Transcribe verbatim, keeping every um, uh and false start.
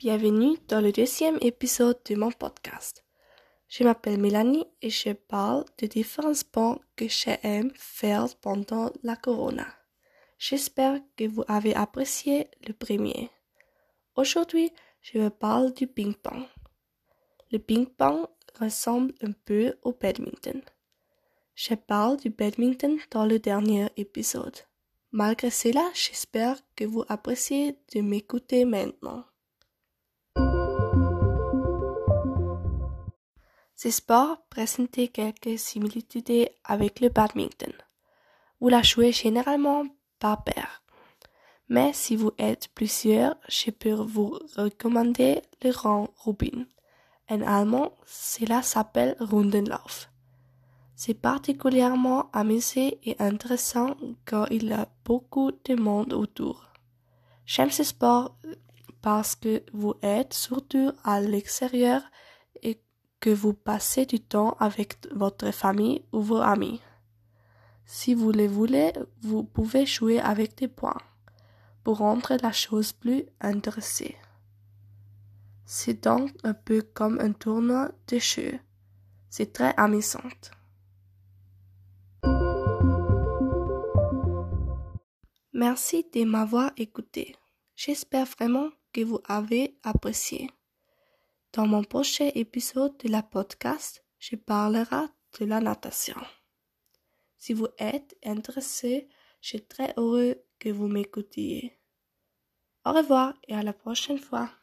Bienvenue dans le deuxième épisode de mon podcast. Je m'appelle Mélanie et je parle de différents sports que j'aime faire pendant la corona. J'espère que vous avez apprécié le premier. Aujourd'hui, je vous parle du ping-pong. Le ping-pong ressemble un peu au badminton. Je parle du badminton dans le dernier épisode. Malgré cela, j'espère que vous appréciez de m'écouter maintenant. Ce sport présente quelques similitudes avec le badminton. Vous la jouez généralement par paire. Mais si vous êtes plusieurs, je peux vous recommander le round robin. En allemand, cela s'appelle Rundenlauf. C'est particulièrement amusant et intéressant car il y a beaucoup de monde autour. J'aime ce sport parce que vous êtes surtout à l'extérieur et que vous passez du temps avec votre famille ou vos amis. Si vous le voulez, vous pouvez jouer avec des points pour rendre la chose plus intéressante. C'est donc un peu comme un tournoi de jeu. C'est très amusant. Merci de m'avoir écouté. J'espère vraiment que vous avez apprécié. Dans mon prochain épisode de la podcast, je parlerai de la natation. Si vous êtes intéressé, je suis très heureux que vous m'écoutiez. Au revoir et à la prochaine fois.